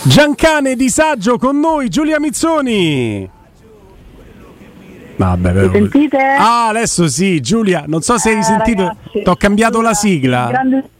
Giancane Disagio con noi, Giulia Mizzoni. Vabbè, mi sentite? Ah, adesso sì, Giulia, non so se hai sentito, t'ho cambiato la sigla.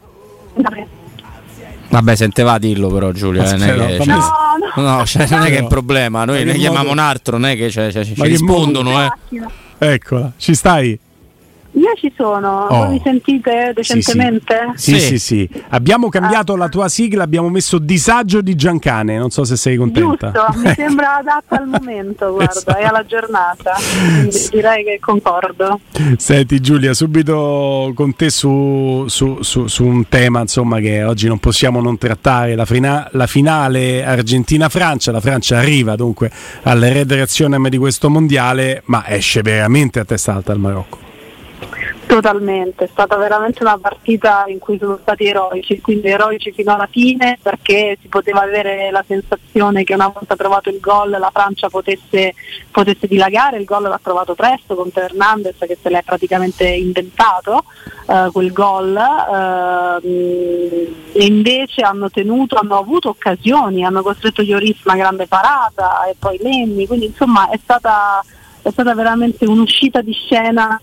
Vabbè, senteva dirlo però Giulia, non è che non è che è un problema, noi ne chiamiamo un altro, non è che ci rispondono, Eccola, ci stai? Io ci sono, voi mi sentite decentemente? Sì. Abbiamo cambiato la tua sigla, abbiamo messo Disagio di Giancane, non so se sei contenta. Giusto, mi sembra adatta al momento, guarda, e alla giornata, quindi direi che concordo. Senti Giulia, subito con te su un tema insomma che oggi non possiamo non trattare, la finale Argentina-Francia. La Francia arriva dunque alle red reazione di questo mondiale, ma esce veramente a testa alta il Marocco. Totalmente, è stata veramente una partita in cui sono stati eroici, quindi eroici fino alla fine, perché si poteva avere la sensazione che una volta trovato il gol la Francia potesse dilagare. Il gol l'ha trovato presto con Teo Hernandez, che se l'è praticamente inventato quel gol, e invece hanno avuto occasioni, hanno costretto Lloris una grande parata e poi Lenny, quindi insomma è stata veramente un'uscita di scena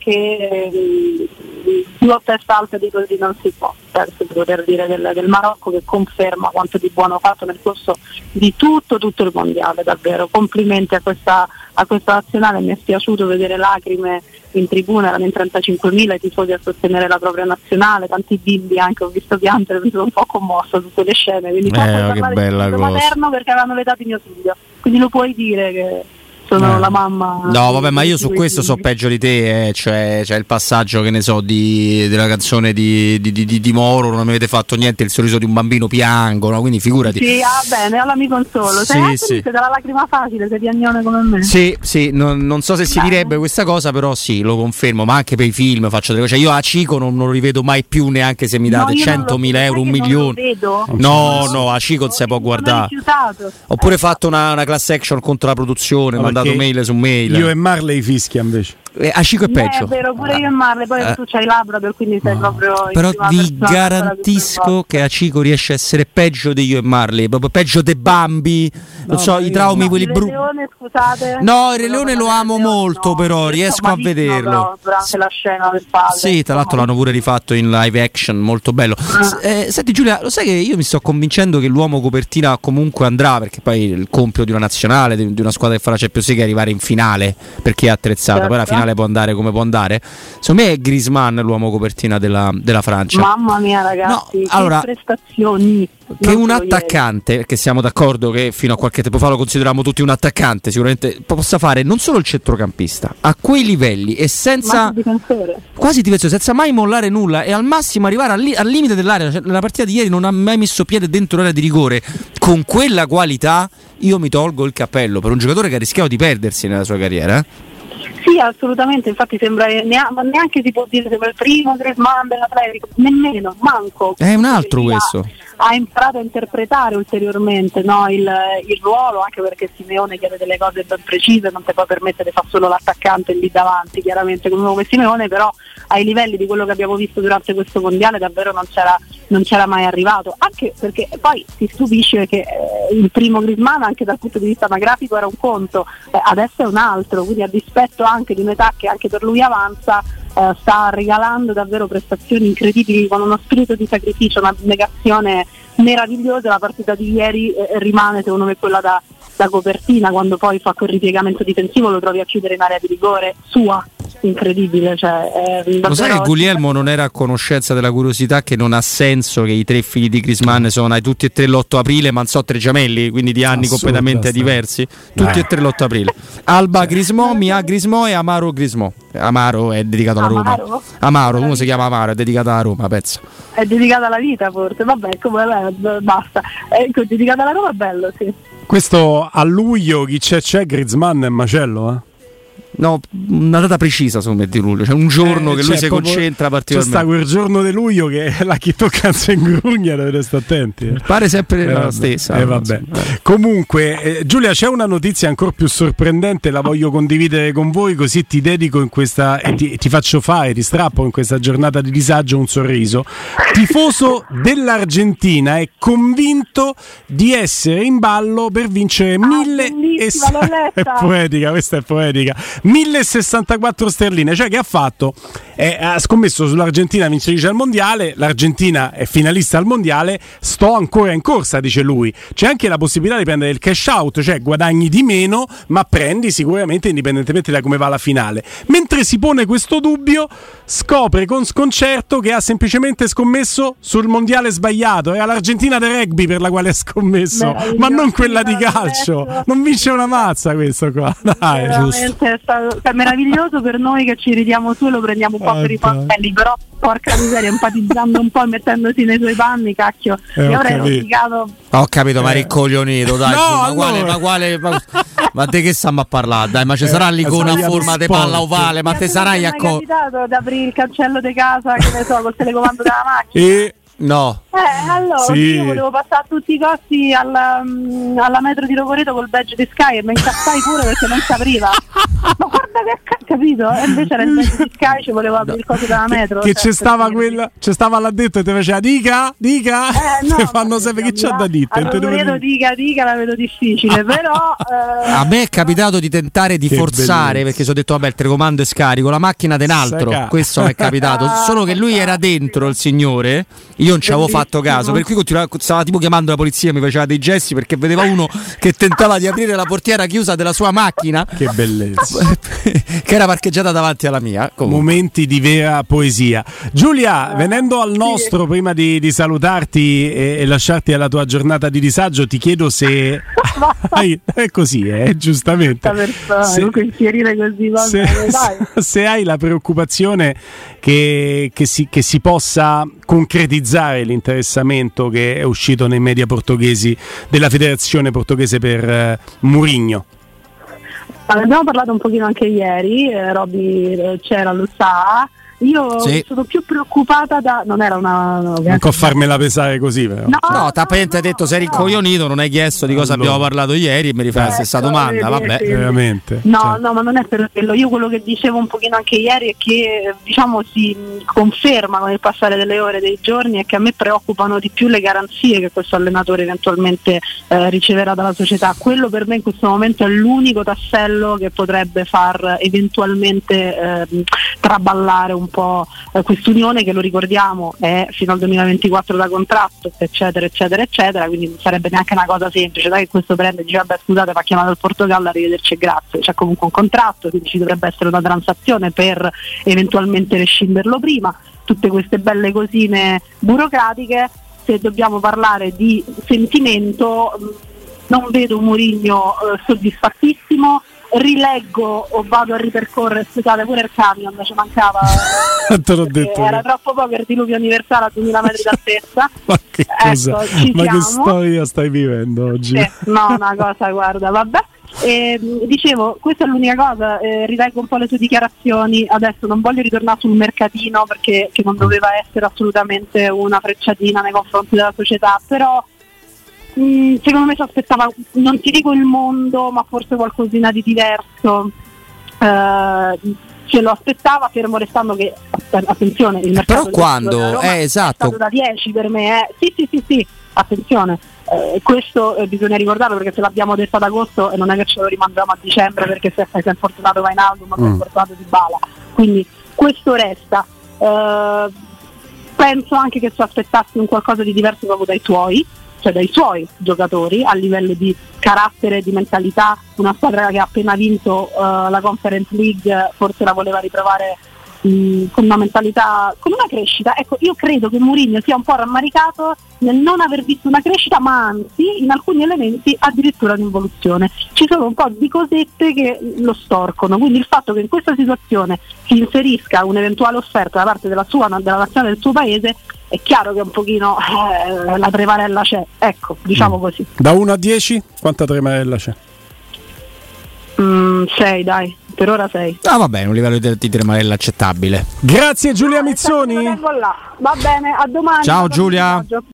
che più a testa alta di così non si può, penso di poter dire del Marocco, che conferma quanto di buono ha fatto nel corso di tutto il mondiale. Davvero complimenti a questa nazionale. Mi è spiaciuto vedere lacrime in tribuna, erano in 35.000 i tifosi a sostenere la propria nazionale, tanti bimbi anche ho visto piangere, mi sono un po' commossa tutte le scene, quindi che bella cosa. Materno, perché avevano l'età di mio figlio, quindi lo puoi dire che sono la mamma. No, vabbè, ma io su questo so peggio di te, cioè c'è il passaggio, che ne so, della canzone di Moro, non avete fatto niente, il sorriso di un bambino, piango, no? Quindi figurati. Sì, bene, allora mi consolo. Sei dalla lacrima facile, sei piagnone come me. Sì, non so se si direbbe questa cosa, però sì, lo confermo, ma anche per i film faccio delle cose. Io a Cico non lo rivedo mai più, neanche se mi date 100.000 euro, 1 milione. No, a Cico non si può guardare. Ho pure fatto una class action contro la produzione, mandato mail su mail. Io e Marley fischia invece. A Cico è peggio. È vero, pure io e Marley, poi tu c'hai Labrador, quindi sei proprio. Però vi garantisco che a Cico riesce a essere peggio di io e Marley, proprio peggio dei Bambi, non so, i traumi quelli brutti. No, il Re Leone lo amo molto, però riesco a vederlo. Durante la scena del padre. Sì, tra l'altro l'hanno pure rifatto in live action, molto bello. Senti Giulia, lo sai che io mi sto convincendo che l'uomo copertina comunque andrà, perché poi il compito di una nazionale, di una squadra che fa la Champions League, è arrivare in finale, perché è attrezzata. Poi la finale può andare come può andare. Secondo me è Griezmann l'uomo copertina della Francia. Mamma mia ragazzi, che allora, prestazioni. Che un attaccante, perché siamo d'accordo che fino a qualche tempo fa lo consideravamo tutti un attaccante, sicuramente possa fare non solo il centrocampista, a quei livelli e senza quasi difensore, senza mai mollare nulla e al massimo arrivare al limite dell'area. Cioè, la partita di ieri non ha mai messo piede dentro l'area di rigore. Con quella qualità io mi tolgo il cappello per un giocatore che ha rischiato di perdersi nella sua carriera. Sì, assolutamente, infatti sembra neanche si può dire sembra il primo Griezmann dell'Atletico, nemmeno, manco. È un altro questo. Ha imparato a interpretare ulteriormente, no, il ruolo, anche perché Simeone chiede delle cose ben precise, non ti può permettere, fa solo l'attaccante lì davanti, chiaramente come Simeone, però ai livelli di quello che abbiamo visto durante questo mondiale davvero non c'era mai arrivato, anche perché poi si stupisce che il primo Griezmann anche dal punto di vista anagrafico era un conto, adesso è un altro, quindi a dispetto anche di un'età che anche per lui avanza, sta regalando davvero prestazioni incredibili con uno spirito di sacrificio, una negazione meravigliosa. La partita di ieri rimane secondo me quella da copertina, quando poi fa quel ripiegamento difensivo, lo trovi a chiudere in area di rigore sua, incredibile. Lo sai che Guglielmo non era a conoscenza della curiosità che non ha senso che i 3 figli di Griezmann sono tutti e 3 l'8 aprile, ma non so, 3 gemelli, quindi di anni completamente diversi, tutti e 3 l'8 aprile. Alba Griezmann, Mia Griezmann e Amaro Griezmann. Amaro è dedicato alla Roma. Amaro, uno si chiama Amaro, è dedicato alla Roma, pezzo. È dedicata alla vita forse, vabbè, come basta. Ecco, dedicata alla Roma è bello, sì. Questo a luglio chi c'è Griezmann e Macello, No, una data precisa secondo me di luglio, c'è un giorno che lui si concentra particolarmente. C'è sta quel giorno di luglio che la chi tocca in grugna, dovete stare attenti. Pare sempre la stessa. Vabbè. Comunque, Giulia, c'è una notizia ancora più sorprendente, la voglio condividere con voi, così ti dedico in questa e ti faccio fare, ti strappo in questa giornata di disagio un sorriso. Tifoso dell'Argentina è convinto di essere in ballo per vincere 1064 sterline, cioè che ha fatto? Ha scommesso sull'Argentina vincitrice al mondiale, l'Argentina è finalista al mondiale, sto ancora in corsa, dice lui. C'è anche la possibilità di prendere il cash out, cioè guadagni di meno ma prendi sicuramente indipendentemente da come va la finale. Mentre si pone questo dubbio, scopre con sconcerto che ha semplicemente scommesso sul mondiale sbagliato, è all'Argentina del rugby per la quale ha scommesso, ma non quella di calcio. Non vince una mazza questo qua, dai. Veramente è meraviglioso per noi che ci ridiamo su e lo prendiamo un po' per i fontelli, però porca miseria, empatizzando un po' e mettendosi nei suoi panni, cacchio, io avrei rosicato. Ho capito, ma riccoglionito, dai, ma te che stiamo a parlare? Dai, ma ci sarà l'icona a forma di palla ovale, ma te sarai a capitato di aprire il cancello di casa, che ne so, col telecomando della macchina? No. Allora io volevo passare a tutti i costi alla metro di Rovereto col badge di Sky e mi incazzai pure perché non si apriva. Ma guarda che capito? E invece era il badge di Sky, ci volevo aprire il coso della metro. Che c'è stava quella, c'è stava là dentro e ti faceva dica. No, ti fanno sempre che c'ha da dire. A Rovereto dica la vedo difficile, però a me è capitato di tentare di forzare, perché sono detto vabbè il telecomando è scarico, la macchina d'un altro. Questo mi è capitato, solo che lui era dentro, il signore. Io non ci avevo fatto caso, per cui stava tipo chiamando la polizia, mi faceva dei gesti perché vedeva uno che tentava di aprire la portiera chiusa della sua macchina. Che bellezza. Che era parcheggiata davanti alla mia. Comunque. Momenti di vera poesia. Giulia, venendo al nostro, prima di salutarti e lasciarti alla tua giornata di disagio, ti chiedo se è così, giustamente. Se hai la preoccupazione che si possa concretizzare l'interessamento che è uscito nei media portoghesi della federazione portoghese per Mourinho. Abbiamo parlato un pochino anche ieri, Robby c'era, lo sa. Io sono più preoccupata non era una non può farmela pesare così, però. No, t'appena hai detto sei rincoglionito, non hai chiesto di cosa abbiamo parlato ieri e mi rifai la stessa domanda, vabbè. Veramente. No, ma non è per quello. Io quello che dicevo un pochino anche ieri è che diciamo si conferma con il passare delle ore, dei giorni, e che a me preoccupano di più le garanzie che questo allenatore eventualmente riceverà dalla società. Quello per me in questo momento è l'unico tassello che potrebbe far eventualmente traballare un po' quest'unione, che lo ricordiamo è fino al 2024 da contratto, eccetera, quindi non sarebbe neanche una cosa semplice, dai, che questo prende e dice vabbè scusate, ma ha chiamato il Portogallo, arrivederci e grazie. C'è comunque un contratto, quindi ci dovrebbe essere una transazione per eventualmente rescinderlo prima. Tutte queste belle cosine burocratiche. Se dobbiamo parlare di sentimento, non vedo Mourinho soddisfattissimo. Rileggo o vado a ripercorrere, scusate, pure il camion ci mancava. Te l'ho detto. Era troppo poco il diluvio universale a 2000 metri d'altezza. Ma che cosa? Che storia stai vivendo oggi? No, una cosa, guarda, vabbè. Dicevo, questa è l'unica cosa, rileggo un po' le sue dichiarazioni. Adesso non voglio ritornare sul mercatino perché che non doveva essere assolutamente una frecciatina nei confronti della società, però secondo me si aspettava, non ti dico il mondo, ma forse qualcosina di diverso. Ce lo aspettava, fermo restando che attenzione, il mercato però quando esatto, è stato da 10 per me, sì, attenzione, questo bisogna ricordarlo, perché se l'abbiamo detto ad agosto e non è che ce lo rimandiamo a dicembre perché si è infortunato Wijnaldum, ma si è infortunato Dybala, quindi questo resta. Penso anche che si aspettassi un qualcosa di diverso proprio dai suoi giocatori a livello di carattere, di mentalità. Una squadra che ha appena vinto la Conference League forse la voleva riprovare con una mentalità, con una crescita. Ecco, io credo che Mourinho sia un po' rammaricato nel non aver visto una crescita, ma anzi in alcuni elementi addirittura un'involuzione. Ci sono un po' di cosette che lo storcono, quindi il fatto che in questa situazione si inserisca un'eventuale offerta da parte della nazionale del suo paese, è chiaro che un pochino la tremarella c'è, ecco, diciamo così. Da 1 a 10 quanta tremarella c'è? 6, dai, per ora 6. Ah, va bene, un livello di Tremarella accettabile. Grazie Giulia Mizzoni. Va bene, a domani. Ciao Giulia.